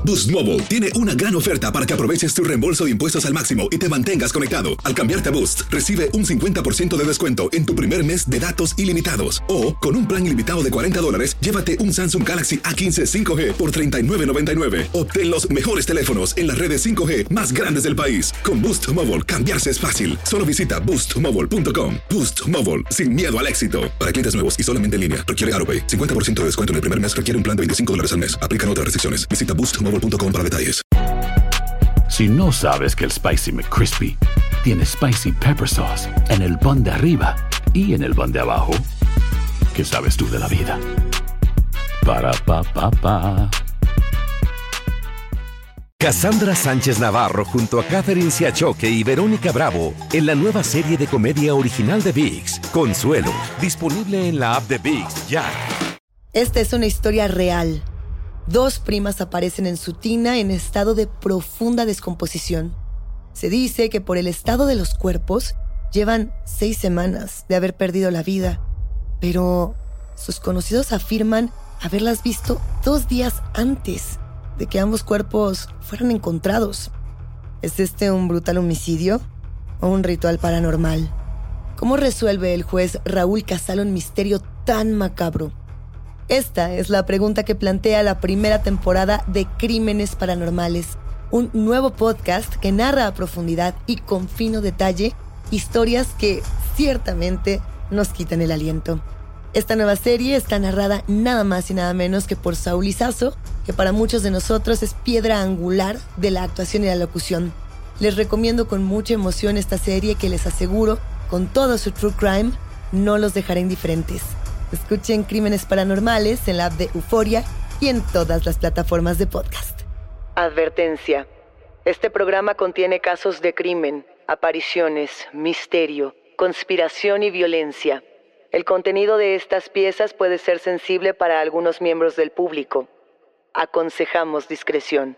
Boost Mobile tiene una gran oferta para que aproveches tu reembolso de impuestos al máximo y te mantengas conectado. Al cambiarte a Boost, recibe un 50% de descuento en tu primer mes de datos ilimitados. O, con un plan ilimitado de $40, llévate un Samsung Galaxy A15 5G por $39.99. Obtén los mejores teléfonos en las redes 5G más grandes del país. Con Boost Mobile, cambiarse es fácil. Solo visita boostmobile.com. Boost Mobile, sin miedo al éxito. Para clientes nuevos y solamente en línea, requiere AroPay. 50% de descuento en el primer mes requiere un plan de $25 al mes. Aplican otras restricciones. Visita boostmobile.com para detalles. Si no sabes que el Spicy McCrispy tiene Spicy Pepper Sauce en el pan de arriba y en el pan de abajo, ¿qué sabes tú de la vida? Para, pa, pa, pa. Cassandra Sánchez Navarro junto a Catherine Siachoque y Verónica Bravo en la nueva serie de comedia original de ViX, Consuelo, disponible en la app de ViX ya. Esta es una historia real. 2 primas aparecen en su tina en estado de profunda descomposición. Se dice que por el estado de los cuerpos llevan 6 semanas de haber perdido la vida, pero sus conocidos afirman haberlas visto 2 días antes de que ambos cuerpos fueran encontrados. ¿Es este un brutal homicidio o un ritual paranormal? ¿Cómo resuelve el juez Raúl Casal un misterio tan macabro? Esta es la pregunta que plantea la primera temporada de Crímenes Paranormales, un nuevo podcast que narra a profundidad y con fino detalle historias que ciertamente nos quitan el aliento. Esta nueva serie está narrada nada más y nada menos que por Saúl Lizazo, que para muchos de nosotros es piedra angular de la actuación y la locución. Les recomiendo con mucha emoción esta serie que les aseguro, con todo su true crime, no los dejará indiferentes. Escuchen Crímenes Paranormales en la app de Euforia y en todas las plataformas de podcast. Advertencia. Este programa contiene casos de crimen, apariciones, misterio, conspiración y violencia. El contenido de estas piezas puede ser sensible para algunos miembros del público. Aconsejamos discreción.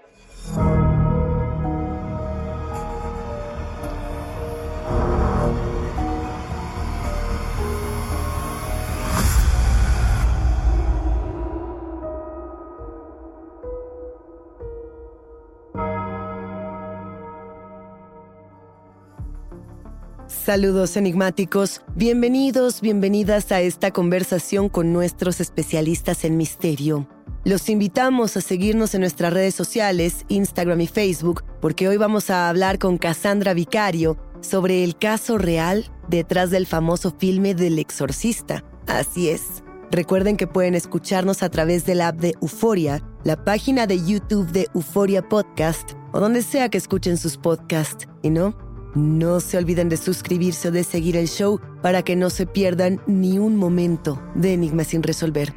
Saludos enigmáticos, bienvenidos, bienvenidas a esta conversación con nuestros especialistas en misterio. Los invitamos a seguirnos en nuestras redes sociales, Instagram y Facebook, porque hoy vamos a hablar con Cassandra Vicario sobre el caso real detrás del famoso filme del Exorcista. Así es. Recuerden que pueden escucharnos a través de la app de Euforia, la página de YouTube de Euforia Podcast o donde sea que escuchen sus podcasts. Y no se olviden de suscribirse o de seguir el show para que no se pierdan ni un momento de Enigmas sin resolver.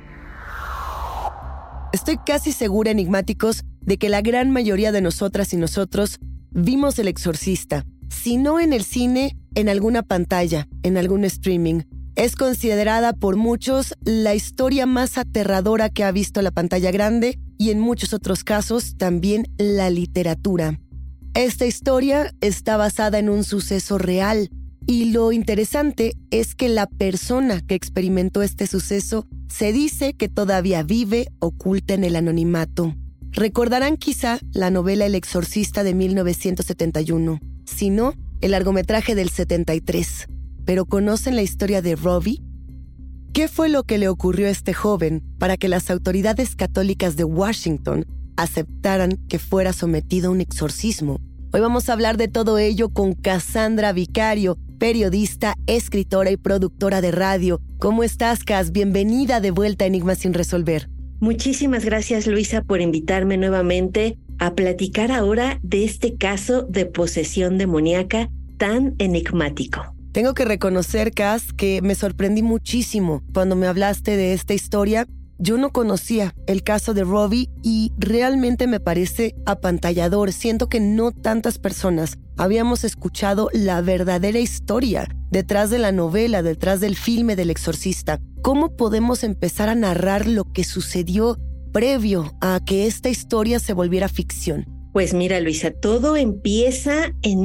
Estoy casi segura, enigmáticos, de que la gran mayoría de nosotras y nosotros vimos El Exorcista. Si no en el cine, en alguna pantalla, en algún streaming. Es considerada por muchos la historia más aterradora que ha visto la pantalla grande y en muchos otros casos también la literatura. Esta historia está basada en un suceso real y lo interesante es que la persona que experimentó este suceso se dice que todavía vive oculta en el anonimato. Recordarán quizá la novela El Exorcista de 1971, si no, el largometraje del 73. ¿Pero conocen la historia de Robbie? ¿Qué fue lo que le ocurrió a este joven para que las autoridades católicas de Washington aceptaran que fuera sometido a un exorcismo? Hoy vamos a hablar de todo ello con Cassandra Vicario, periodista, escritora y productora de radio. ¿Cómo estás, Cass? Bienvenida de vuelta a Enigmas sin resolver. Muchísimas gracias, Luisa, por invitarme nuevamente a platicar ahora de este caso de posesión demoníaca tan enigmático. Tengo que reconocer, Cass, que me sorprendí muchísimo cuando me hablaste de esta historia. Yo no conocía el caso de Robbie y realmente me parece apantallador. Siento que no tantas personas habíamos escuchado la verdadera historia detrás de la novela, detrás del filme del Exorcista. ¿Cómo podemos empezar a narrar lo que sucedió previo a que esta historia se volviera ficción? Pues mira, Luisa, todo empieza en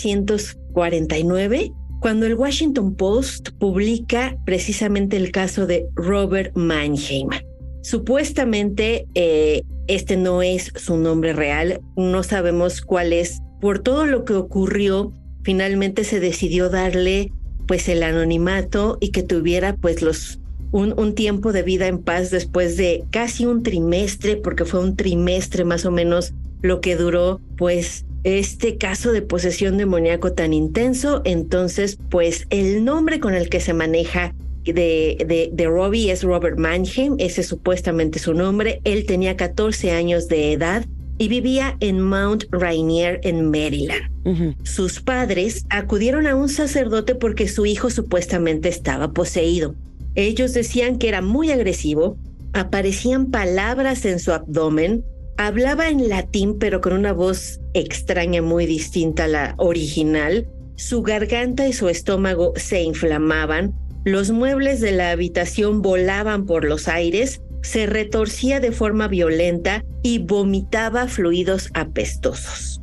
1949, cuando el Washington Post publica precisamente el caso de Robert Mannheim. Supuestamente este no es su nombre real, no sabemos cuál es. Por todo lo que ocurrió, finalmente se decidió darle pues el anonimato y que tuviera pues un tiempo de vida en paz después de casi un trimestre, porque fue un trimestre más o menos lo que duró pues este caso de posesión demoníaco tan intenso. Entonces pues el nombre con el que se maneja de Robbie es Robert Mannheim, ese es supuestamente su nombre. Él tenía 14 años de edad y vivía en Mount Rainier en Maryland. Sus padres acudieron a un sacerdote porque su hijo supuestamente estaba poseído. Ellos decían que era muy agresivo, aparecían palabras en su abdomen, hablaba en latín pero con una voz extraña muy distinta a la original, su garganta y su estómago se inflamaban, los muebles de la habitación volaban por los aires, se retorcía de forma violenta y vomitaba fluidos apestosos.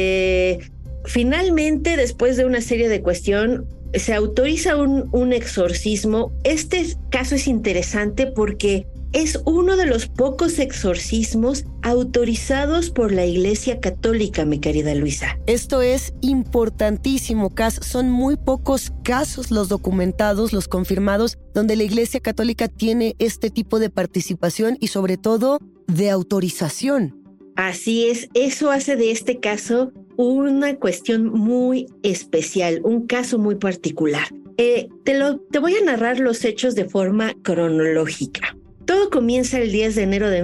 Finalmente, después de una serie de cuestiones, se autoriza un exorcismo. Este caso es interesante porque es uno de los pocos exorcismos autorizados por la Iglesia Católica, mi querida Luisa. Esto es importantísimo, Cass. Son muy pocos casos los documentados, los confirmados, donde la Iglesia Católica tiene este tipo de participación y sobre todo de autorización. Así es, eso hace de este caso una cuestión muy especial, un caso muy particular. Te voy a narrar los hechos de forma cronológica. Todo comienza el 10 de enero de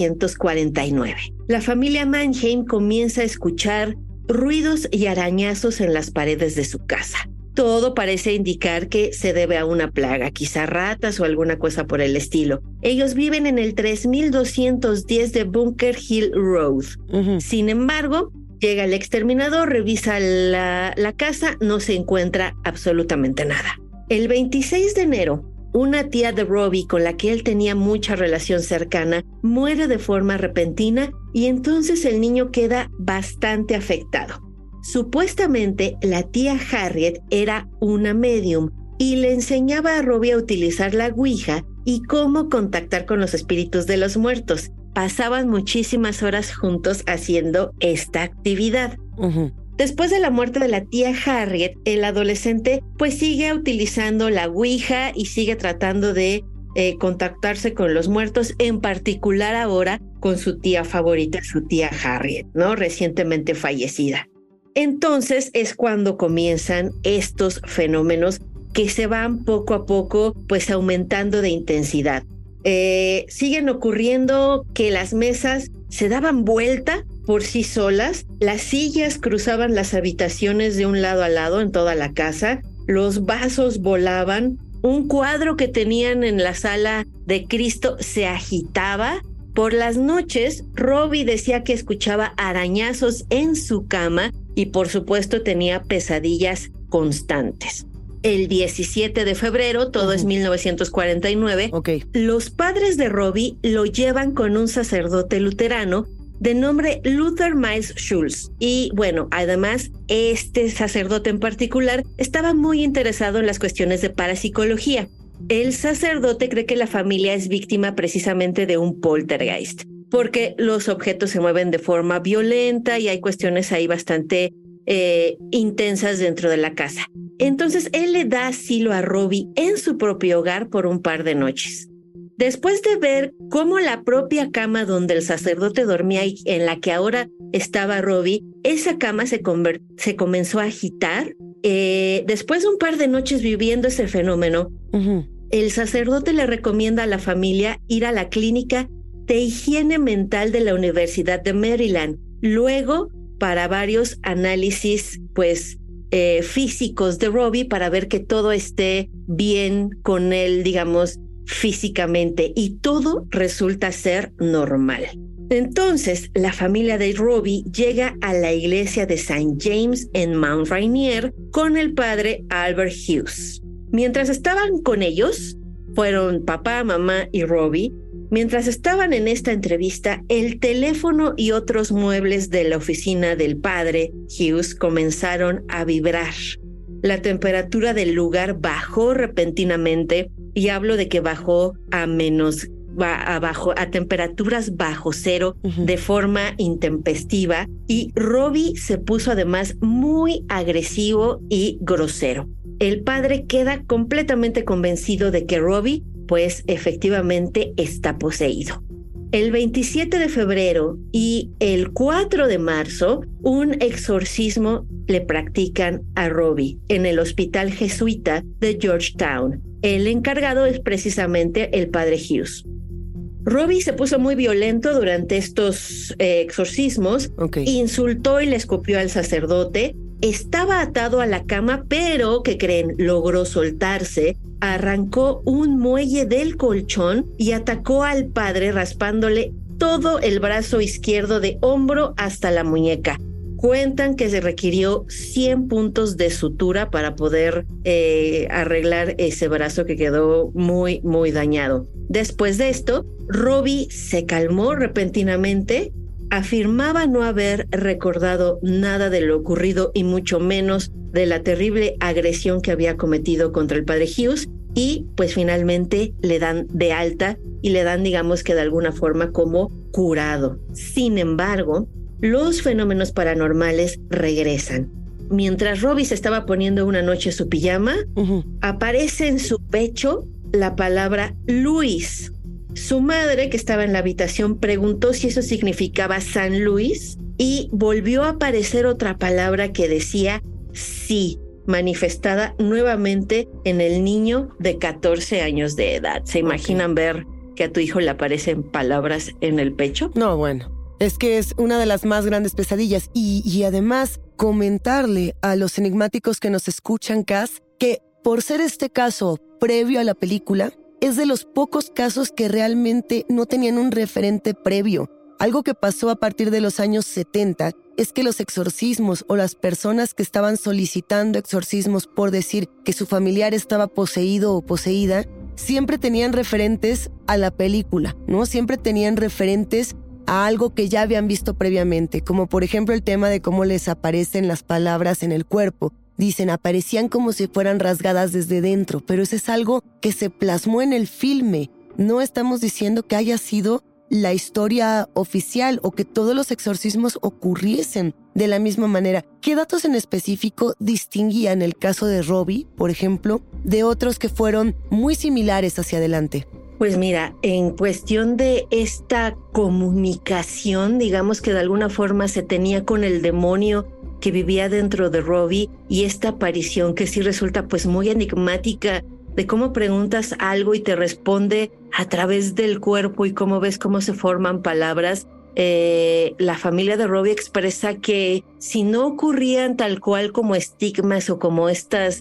1949. La familia Mannheim comienza a escuchar ruidos y arañazos en las paredes de su casa. Todo parece indicar que se debe a una plaga, quizá ratas o alguna cosa por el estilo. Ellos viven en el 3210 de Bunker Hill Road. Sin embargo, llega el exterminador, revisa la casa, no se encuentra absolutamente nada. El 26 de enero, una tía de Robbie, con la que él tenía mucha relación cercana, muere de forma repentina y entonces el niño queda bastante afectado. Supuestamente, la tía Harriet era una medium y le enseñaba a Robbie a utilizar la Ouija y cómo contactar con los espíritus de los muertos. Pasaban muchísimas horas juntos haciendo esta actividad. Después de la muerte de la tía Harriet, el adolescente pues sigue utilizando la Ouija y sigue tratando de contactarse con los muertos, en particular ahora con su tía favorita, su tía Harriet, ¿no? Recientemente fallecida. Entonces es cuando comienzan estos fenómenos que se van poco a poco pues aumentando de intensidad. Siguen ocurriendo que las mesas se daban vuelta por sí solas, las sillas cruzaban las habitaciones de un lado a lado en toda la casa, los vasos volaban, un cuadro que tenían en la sala de Cristo se agitaba. Por las noches, Robbie decía que escuchaba arañazos en su cama y por supuesto tenía pesadillas constantes. El 17 de febrero, todo es 1949, los padres de Robbie lo llevan con un sacerdote luterano de nombre Luther Miles Schulz. Y bueno, además, este sacerdote en particular estaba muy interesado en las cuestiones de parapsicología. El sacerdote cree que la familia es víctima precisamente de un poltergeist, porque los objetos se mueven de forma violenta y hay cuestiones ahí bastante intensas dentro de la casa. Entonces él le da asilo a Robbie en su propio hogar por un par de noches. Después de ver cómo la propia cama donde el sacerdote dormía y en la que ahora estaba Robbie, esa cama se comenzó a agitar. Después de un par de noches viviendo ese fenómeno, el sacerdote le recomienda a la familia ir a la clínica de higiene mental de la Universidad de Maryland. Luego, para varios análisis, físicos de Robbie para ver que todo esté bien con él, digamos, físicamente, y todo resulta ser normal. Entonces, la familia de Robbie llega a la iglesia de St. James en Mount Rainier con el padre Albert Hughes. Mientras estaban con ellos, fueron papá, mamá y Robbie. Mientras estaban en esta entrevista, el teléfono y otros muebles de la oficina del padre Hughes comenzaron a vibrar. La temperatura del lugar bajó repentinamente, y hablo de que bajó a a temperaturas bajo cero de forma intempestiva, y Robbie se puso además muy agresivo y grosero. El padre queda completamente convencido de que Robbie, pues efectivamente está poseído. El 27 de febrero y el 4 de marzo, un exorcismo le practican a Robbie en el hospital jesuita de Georgetown. El encargado es precisamente el padre Hughes. Robbie se puso muy violento durante estos exorcismos, insultó y le escupió al sacerdote. Estaba atado a la cama, pero, ¿qué creen? Logró soltarse, arrancó un muelle del colchón y atacó al padre raspándole todo el brazo izquierdo de hombro hasta la muñeca. Cuentan que se requirió 100 puntos de sutura para poder arreglar ese brazo que quedó muy, muy dañado. Después de esto, Robbie se calmó repentinamente. Afirmaba no haber recordado nada de lo ocurrido y mucho menos de la terrible agresión que había cometido contra el padre Hughes, y pues finalmente le dan de alta y le dan, digamos que de alguna forma, como curado. Sin embargo, los fenómenos paranormales regresan. Mientras Robbie se estaba poniendo una noche su pijama, aparece en su pecho la palabra Luis. Su madre, que estaba en la habitación, preguntó si eso significaba San Luis, y volvió a aparecer otra palabra que decía sí, manifestada nuevamente en el niño de 14 años de edad. ¿Se imaginan ver que a tu hijo le aparecen palabras en el pecho? No, bueno, es que es una de las más grandes pesadillas. Y además, comentarle a los enigmáticos que nos escuchan, Cass, que por ser este caso previo a la película, es de los pocos casos que realmente no tenían un referente previo. Algo que pasó a partir de los años 70 es que los exorcismos o las personas que estaban solicitando exorcismos por decir que su familiar estaba poseído o poseída, siempre tenían referentes a la película, ¿no? Siempre tenían referentes a algo que ya habían visto previamente, como por ejemplo el tema de cómo les aparecen las palabras en el cuerpo. Dicen, aparecían como si fueran rasgadas desde dentro, pero eso es algo que se plasmó en el filme. No estamos diciendo que haya sido la historia oficial o que todos los exorcismos ocurriesen de la misma manera. ¿Qué datos en específico distinguían el caso de Robbie, por ejemplo, de otros que fueron muy similares hacia adelante? Pues mira, en cuestión de esta comunicación, digamos que de alguna forma se tenía con el demonio que vivía dentro de Robbie, y esta aparición que sí resulta pues muy enigmática, de cómo preguntas algo y te responde a través del cuerpo y cómo ves cómo se forman palabras. La familia de Robbie expresa que si no ocurrían tal cual como estigmas o como estas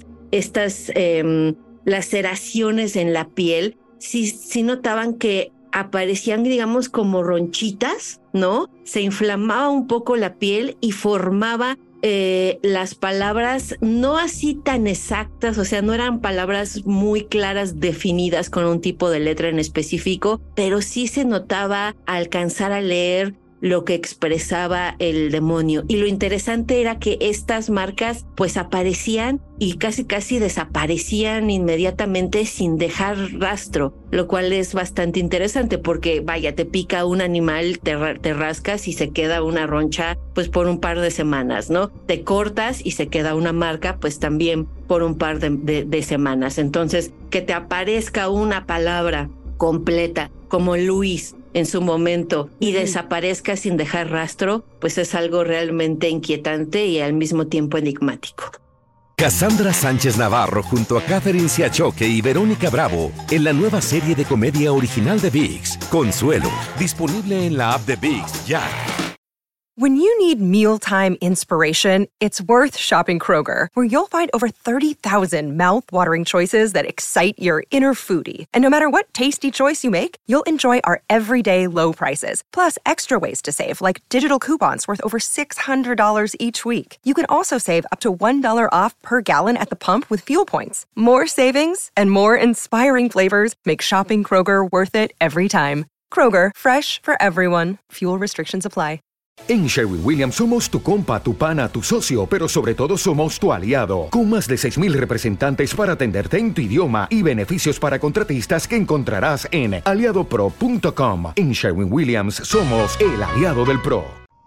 laceraciones en la piel, sí notaban que aparecían, digamos, como ronchitas, ¿no? Se inflamaba un poco la piel y formaba las palabras no así tan exactas, o sea, no eran palabras muy claras definidas con un tipo de letra en específico, pero sí se notaba alcanzar a leer lo que expresaba el demonio. Y lo interesante era que estas marcas pues aparecían y casi desaparecían inmediatamente sin dejar rastro, lo cual es bastante interesante porque vaya, te pica un animal, te rascas y se queda una roncha pues por un par de semanas, ¿no? Te cortas y se queda una marca pues también por un par de semanas. Entonces, que te aparezca una palabra completa como Luis en su momento y desaparezca sin dejar rastro, pues es algo realmente inquietante y al mismo tiempo enigmático. Cassandra Sánchez Navarro junto a Catherine Siachoque y Verónica Bravo en la nueva serie de comedia original de ViX, Consuelo, disponible en la app de ViX ya. When you need mealtime inspiration, it's worth shopping Kroger, where you'll find over 30,000 mouth-watering choices that excite your inner foodie. And no matter what tasty choice you make, you'll enjoy our everyday low prices, plus extra ways to save, like digital coupons worth over $600 each week. You can also save up to $1 off per gallon at the pump with fuel points. More savings and more inspiring flavors make shopping Kroger worth it every time. Kroger, fresh for everyone. Fuel restrictions apply. En Sherwin-Williams somos tu compa, tu pana, tu socio, pero sobre todo somos tu aliado, con más de 6,000 representantes para atenderte en tu idioma y beneficios para contratistas que encontrarás en aliadopro.com. En Sherwin-Williams somos el aliado del pro.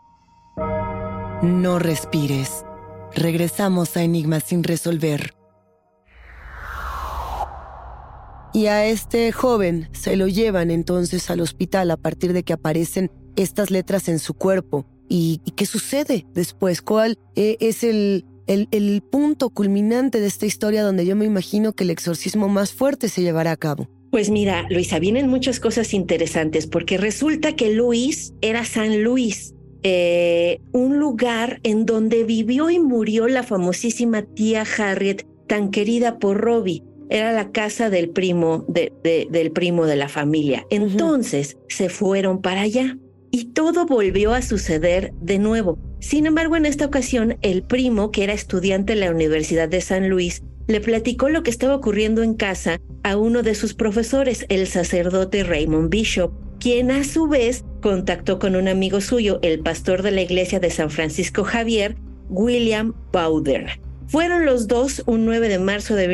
No respires. Regresamos a Enigmas sin resolver. Y a este joven se lo llevan entonces al hospital a partir de que aparecen estas letras en su cuerpo. ¿Y qué sucede después? ¿Cuál es el punto culminante de esta historia donde yo me imagino que el exorcismo más fuerte se llevará a cabo? Pues mira, Luisa, vienen muchas cosas interesantes porque resulta que Luis era San Luis, un lugar en donde vivió y murió la famosísima tía Harriet, tan querida por Robbie. Era la casa del primo del primo de la familia. Entonces se fueron para allá y todo volvió a suceder de nuevo. Sin embargo, en esta ocasión, el primo, que era estudiante en la Universidad de San Luis, le platicó lo que estaba ocurriendo en casa a uno de sus profesores, el sacerdote Raymond Bishop, quien a su vez contactó con un amigo suyo, el pastor de la iglesia de San Francisco Javier, William Bowden. Fueron los dos un 9 de marzo de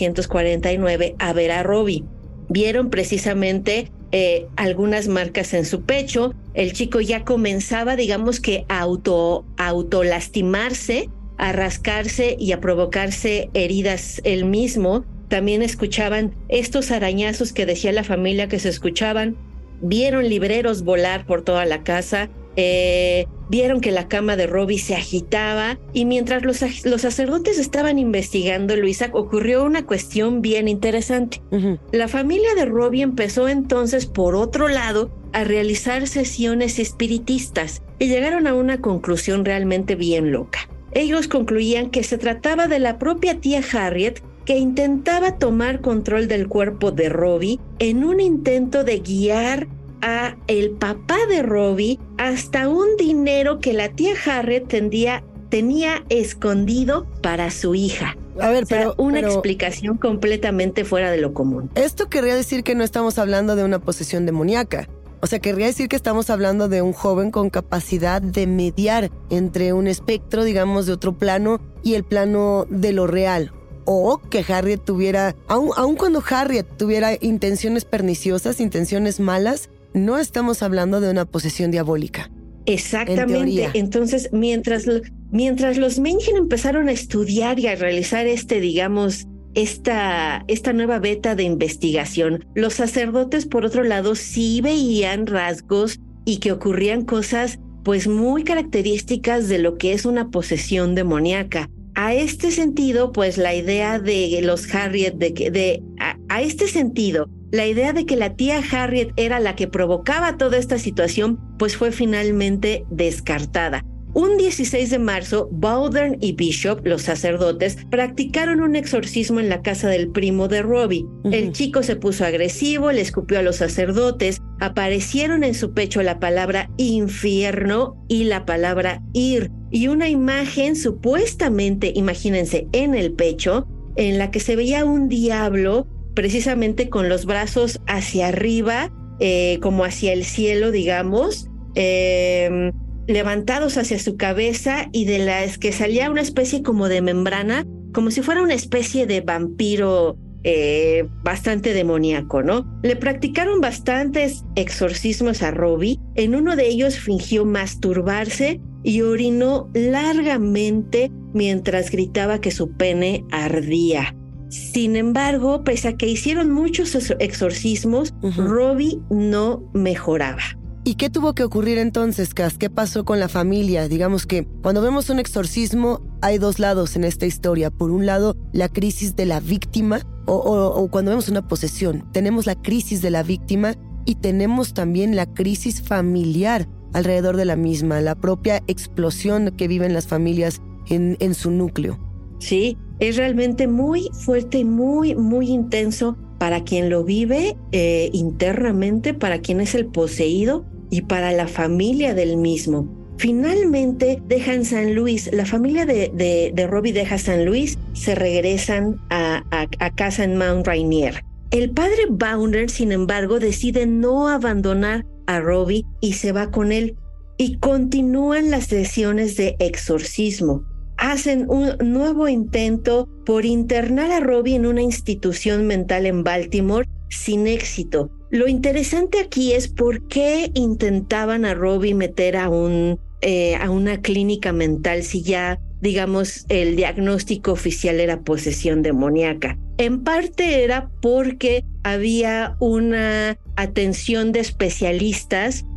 1949 a ver a Robbie. Vieron precisamente algunas marcas en su pecho. El chico ya comenzaba, digamos que a autolastimarse, a rascarse y a provocarse heridas él mismo. También escuchaban estos arañazos que decía la familia que se escuchaban. Vieron libreros volar por toda la casa. Vieron que la cama de Robbie se agitaba y mientras los sacerdotes estaban investigando, Luisa, ocurrió una cuestión bien interesante. La familia de Robbie empezó entonces, por otro lado, a realizar sesiones espiritistas y llegaron a una conclusión realmente bien loca. Ellos concluían que se trataba de la propia tía Harriet, que intentaba tomar control del cuerpo de Robbie en un intento de guiar a el papá de Robbie hasta un dinero que la tía Harriet tenía escondido para su hija. A ver, pero explicación completamente fuera de lo común. Esto querría decir que no estamos hablando de una posesión demoníaca. O sea, querría decir que estamos hablando de un joven con capacidad de mediar entre un espectro, digamos, de otro plano y el plano de lo real. O que Harriet tuviera, aun cuando Harriet tuviera intenciones perniciosas, intenciones malas, no estamos hablando de una posesión diabólica. Exactamente. Entonces, mientras los Mencken empezaron a estudiar y a realizar esta nueva beta de investigación, los sacerdotes, por otro lado, sí veían rasgos y que ocurrían cosas pues muy características de lo que es una posesión demoníaca. A este sentido, pues la idea de los Harriet, la idea de que la tía Harriet era la que provocaba toda esta situación, pues fue finalmente descartada. Un 16 de marzo, Bowden y Bishop, los sacerdotes, practicaron un exorcismo en la casa del primo de Robbie. El chico se puso agresivo, le escupió a los sacerdotes, aparecieron en su pecho la palabra infierno y la palabra ir, y una imagen supuestamente, imagínense, en el pecho, en la que se veía un diablo precisamente con los brazos hacia arriba, como hacia el cielo, digamos, levantados hacia su cabeza, y de las que salía una especie como de membrana, como si fuera una especie de vampiro bastante demoníaco, ¿no? Le practicaron bastantes exorcismos a Robbie. En uno de ellos fingió masturbarse y orinó largamente mientras gritaba que su pene ardía. Sin embargo, pese a que hicieron muchos exorcismos, Robbie no mejoraba. ¿Y qué tuvo que ocurrir entonces, Cass? ¿Qué pasó con la familia? Digamos que cuando vemos un exorcismo hay dos lados en esta historia. Por un lado, la crisis de la víctima, o cuando vemos una posesión, tenemos la crisis de la víctima y tenemos también la crisis familiar alrededor de la misma, la propia explosión que viven las familias en su núcleo. Sí, es realmente muy fuerte y muy, muy intenso para quien lo vive internamente, para quien es el poseído y para la familia del mismo. Finalmente dejan San Luis, la familia de Robbie deja San Luis, se regresan a casa en Mount Rainier. El padre Bowden, sin embargo, decide no abandonar a Robbie y se va con él. y continúan las sesiones de exorcismo. Hacen un nuevo intento por internar a Robbie en una institución mental en Baltimore sin éxito. Lo interesante aquí es por qué intentaban a Robbie meter a una clínica mental si ya, digamos, el diagnóstico oficial era posesión demoníaca. En parte era porque había una atención de especialistas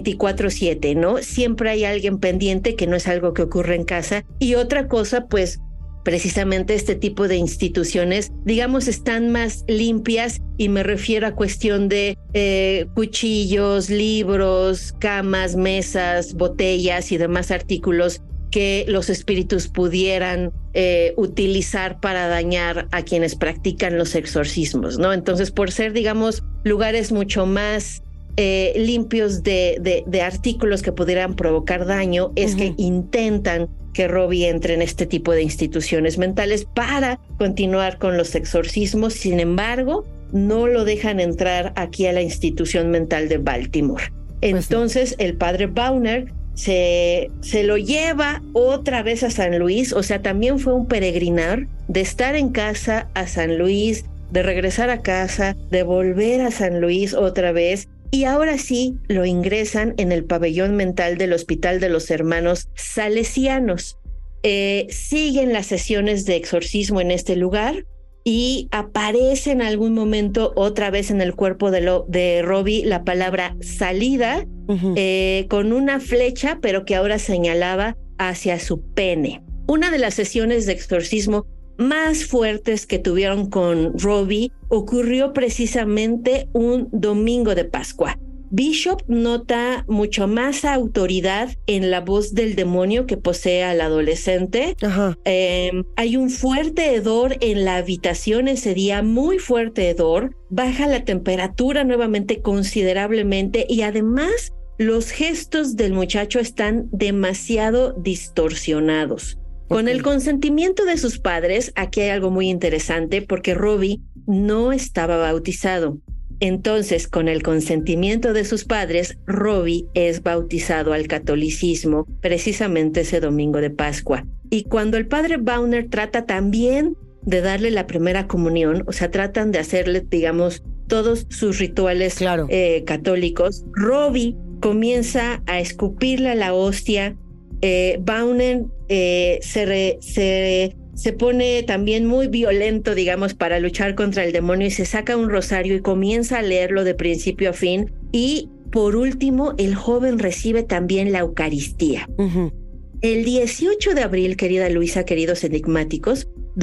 24/7, ¿no? Siempre hay alguien pendiente, que no es algo que ocurre en casa. Y otra cosa, pues, precisamente este tipo de instituciones, digamos, están más limpias, y me refiero a cuestión de cuchillos, libros, camas, mesas, botellas y demás artículos que los espíritus pudieran utilizar para dañar a quienes practican los exorcismos, ¿no? Entonces, por ser, digamos, lugares mucho más limpios de artículos que pudieran provocar daño, es que intentan que Robbie entre en este tipo de instituciones mentales para continuar con los exorcismos. Sin embargo, no lo dejan entrar aquí a la institución mental de Baltimore. Entonces, el padre Bauner se lo lleva otra vez a San Luis. O sea, también fue un peregrinar de estar en casa a San Luis, de regresar a casa, de volver a San Luis otra vez. Y ahora sí lo ingresan en el pabellón mental del Hospital de los Hermanos Salesianos. Siguen las sesiones de exorcismo en este lugar y aparece en algún momento otra vez en el cuerpo de Robbie la palabra salida, con una flecha, pero que ahora señalaba hacia su pene. Una de las sesiones de exorcismo más fuertes que tuvieron con Robbie ocurrió precisamente un domingo de Pascua. Bishop nota mucho más autoridad en la voz del demonio que posee al adolescente. Hay un fuerte hedor en la habitación ese día, muy fuerte hedor. Baja la temperatura nuevamente considerablemente y además los gestos del muchacho están demasiado distorsionados. Con el consentimiento de sus padres, aquí hay algo muy interesante porque Robbie no estaba bautizado. Entonces, con el consentimiento de sus padres, Robbie es bautizado al catolicismo precisamente ese domingo de Pascua. Y cuando el padre Bauner trata también de darle la primera comunión, o sea, tratan de hacerle, digamos, todos sus rituales católicos, Robbie comienza a escupirle a la hostia. Bauner se pone también muy violento, digamos, para luchar contra el demonio y se saca un rosario y comienza a leerlo de principio a fin. Y por último, el joven recibe también la Eucaristía. El 18 de abril, querida Luisa, queridos enigmáticos,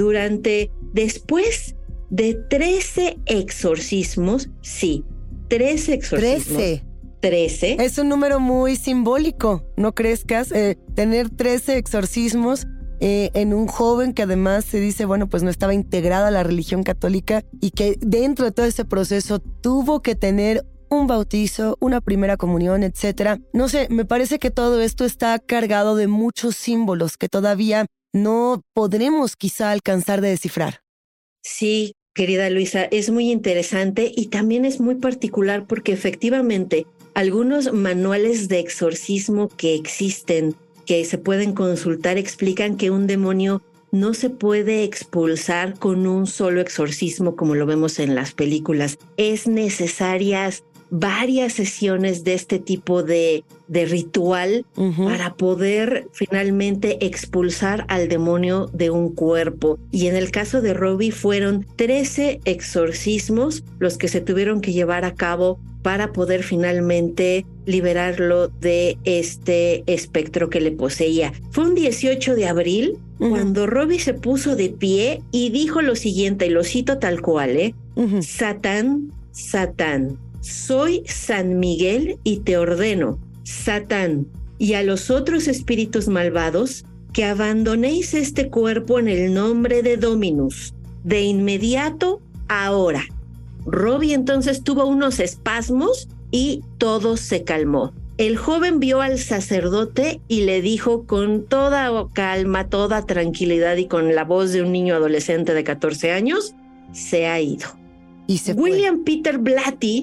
después de 13 exorcismos, 13 exorcismos. 13. Es un número muy simbólico, ¿no crees, Cas? Tener 13 exorcismos en un joven que además se dice, bueno, pues no estaba integrada a la religión católica y que dentro de todo ese proceso tuvo que tener un bautizo, una primera comunión, etcétera. No sé, me parece que todo esto está cargado de muchos símbolos que todavía no podremos quizá alcanzar de descifrar. Sí, querida Luisa, es muy interesante y también es muy particular porque efectivamente algunos manuales de exorcismo que existen, que se pueden consultar, explican que un demonio no se puede expulsar con un solo exorcismo como lo vemos en las películas. Es necesarias varias sesiones de este tipo de ritual para poder finalmente expulsar al demonio de un cuerpo. Y en el caso de Robbie fueron 13 exorcismos los que se tuvieron que llevar a cabo para poder finalmente liberarlo de este espectro que le poseía. Fue un 18 de abril cuando Robbie se puso de pie y dijo lo siguiente, y lo cito tal cual, Satán, Satán, soy San Miguel y te ordeno, Satán, y a los otros espíritus malvados, que abandonéis este cuerpo en el nombre de Dominus, de inmediato, ahora. Robbie entonces tuvo unos espasmos y todo se calmó. El joven vio al sacerdote y le dijo con toda calma, toda tranquilidad y con la voz de un niño adolescente de 14 años, se ha ido. Y se William Peter Blatty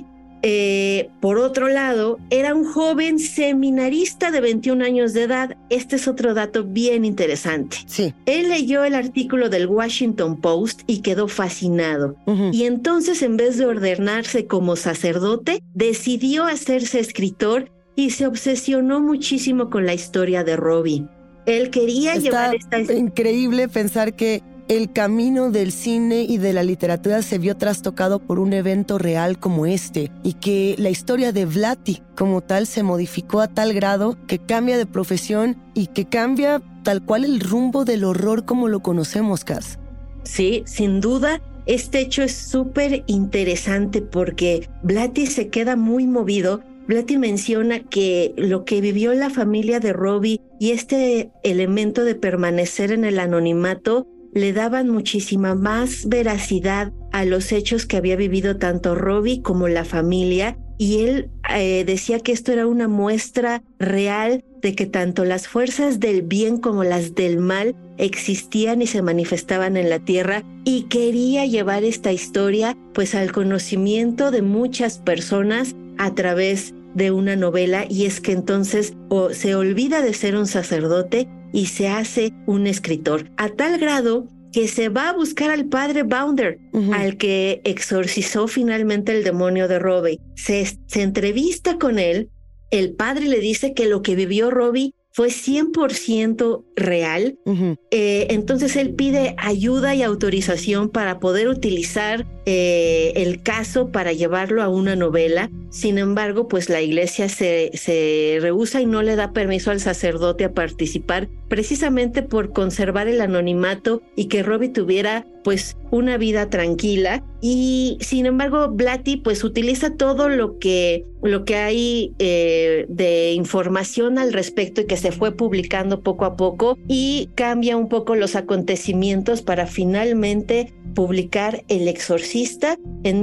por otro lado, era un joven seminarista de 21 años de edad. Este es otro dato bien interesante. Sí. Él leyó el artículo del Washington Post y quedó fascinado. Y entonces, en vez de ordenarse como sacerdote, decidió hacerse escritor y se obsesionó muchísimo con la historia de Robbie. Él quería llevar esta... increíble pensar que el camino del cine y de la literatura se vio trastocado por un evento real como este, y que la historia de Blatty como tal se modificó a tal grado que cambia de profesión y que cambia tal cual el rumbo del horror como lo conocemos, Cass. Sí, sin duda. Este hecho es súper interesante porque Blatty se queda muy movido. Blatty menciona que lo que vivió la familia de Robbie y este elemento de permanecer en el anonimato le daban muchísima más veracidad a los hechos que había vivido tanto Robbie como la familia, y él decía que esto era una muestra real de que tanto las fuerzas del bien como las del mal existían y se manifestaban en la tierra, y quería llevar esta historia pues al conocimiento de muchas personas a través de una novela. Y es que entonces se olvida de ser un sacerdote y se hace un escritor, a tal grado que se va a buscar al padre Bounder, al que exorcizó finalmente el demonio de Robbie. Se entrevista con él. El padre le dice que lo que vivió Robbie fue 100% real. Entonces él pide ayuda y autorización para poder utilizar el caso para llevarlo a una novela. Sin embargo, pues la iglesia se rehúsa y no le da permiso al sacerdote a participar, precisamente por conservar el anonimato y que Robbie tuviera pues una vida tranquila. Y sin embargo, Blatty pues utiliza todo lo que hay de información al respecto y que se fue publicando poco a poco, y cambia un poco los acontecimientos para finalmente publicar El Exorcista en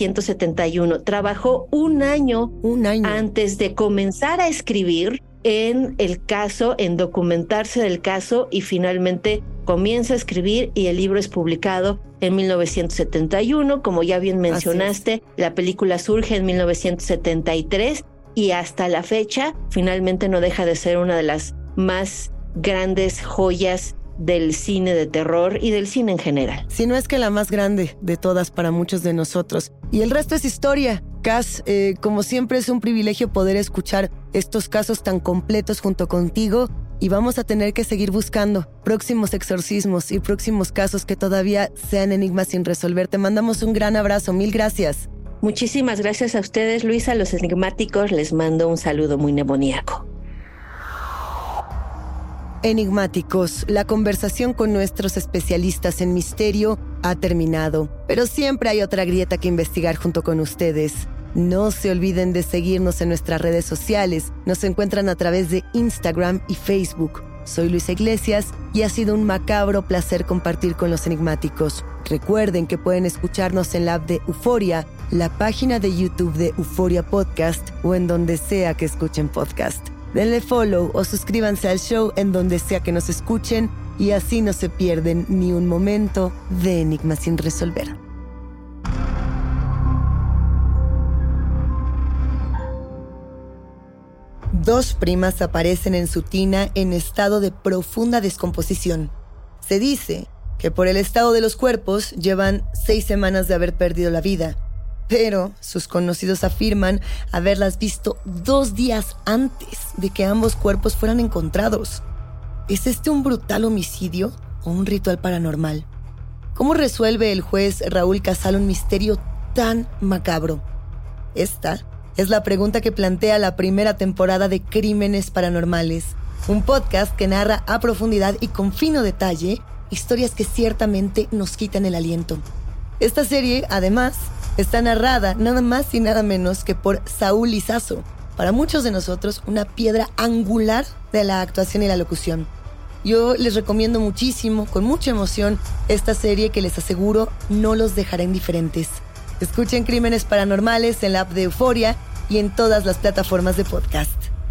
1971. Trabajó un año antes de comenzar a escribir en el caso, en documentarse del caso, y finalmente comienza a escribir y el libro es publicado en 1971. Como ya bien mencionaste, la película surge en 1973 y hasta la fecha finalmente no deja de ser una de las más grandes joyas del cine de terror y del cine en general. Si no es que la más grande de todas para muchos de nosotros. Y el resto es historia. Cass, como siempre es un privilegio poder escuchar estos casos tan completos junto contigo, y vamos a tener que seguir buscando próximos exorcismos y próximos casos que todavía sean enigmas sin resolver. Te mandamos un gran abrazo, mil gracias. Muchísimas gracias a ustedes, Luisa. A los enigmáticos les mando un saludo muy demoníaco. Enigmáticos, la conversación con nuestros especialistas en misterio ha terminado, pero siempre hay otra grieta que investigar junto con ustedes. No se olviden de seguirnos en nuestras redes sociales. Nos encuentran a través de Instagram y Facebook. Soy Luisa Iglesias y ha sido un macabro placer compartir con los enigmáticos. Recuerden que pueden escucharnos en la app de Euforia, la página de YouTube de Euforia Podcast o en donde sea que escuchen podcast. Denle follow o suscríbanse al show en donde sea que nos escuchen, y así no se pierden ni un momento de enigmas sin resolver. Dos primas aparecen en su tina en estado de profunda descomposición. Se dice que por el estado de los cuerpos llevan 6 semanas de haber perdido la vida, pero sus conocidos afirman haberlas visto 2 días antes de que ambos cuerpos fueran encontrados. ¿Es este un brutal homicidio o un ritual paranormal? ¿Cómo resuelve el juez Raúl Casal un misterio tan macabro? Esta es la pregunta que plantea la primera temporada de Crímenes Paranormales, un podcast que narra a profundidad y con fino detalle historias que ciertamente nos quitan el aliento. Esta serie, además, está narrada nada más y nada menos que por Saúl Lizazo, para muchos de nosotros una piedra angular de la actuación y la locución. Yo les recomiendo muchísimo, con mucha emoción, esta serie que les aseguro no los dejará indiferentes. Escuchen Crímenes Paranormales en la app de Euforia y en todas las plataformas de podcast.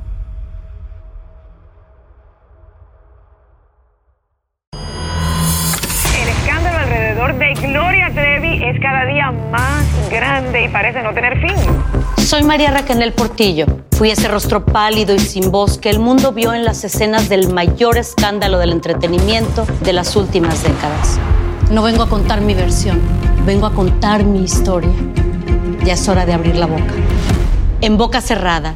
El escándalo alrededor de Gloria Trevi es cada día más grande y parece no tener fin. Soy María Raquel Portillo. Fui ese rostro pálido y sin voz que el mundo vio en las escenas del mayor escándalo del entretenimiento de las últimas décadas. No vengo a contar mi versión, vengo a contar mi historia. Ya es hora de abrir la boca. En boca cerrada.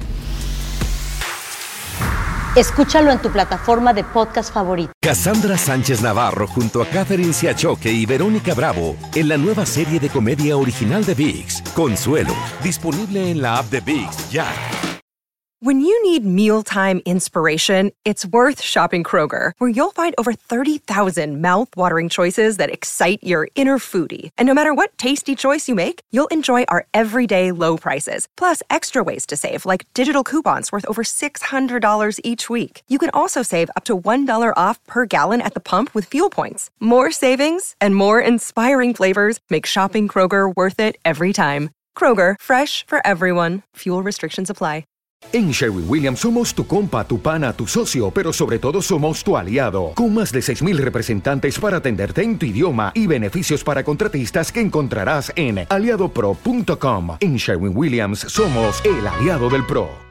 Escúchalo en tu plataforma de podcast favorita. Cassandra Sánchez Navarro junto a Catherine Siachoque y Verónica Bravo en la nueva serie de comedia original de ViX, Consuelo, disponible en la app de ViX ya. When you need mealtime inspiration, it's worth shopping Kroger, where you'll find over 30,000 mouth-watering choices that excite your inner foodie. And no matter what tasty choice you make, you'll enjoy our everyday low prices, plus extra ways to save, like digital coupons worth over $600 each week. You can also save up to $1 off per gallon at the pump with fuel points. More savings and more inspiring flavors make shopping Kroger worth it every time. Kroger, fresh for everyone. Fuel restrictions apply. En Sherwin-Williams somos tu compa, tu pana, tu socio, pero sobre todo somos tu aliado, con más de 6,000 representantes para atenderte en tu idioma y beneficios para contratistas que encontrarás en aliadopro.com. En Sherwin-Williams somos el aliado del pro.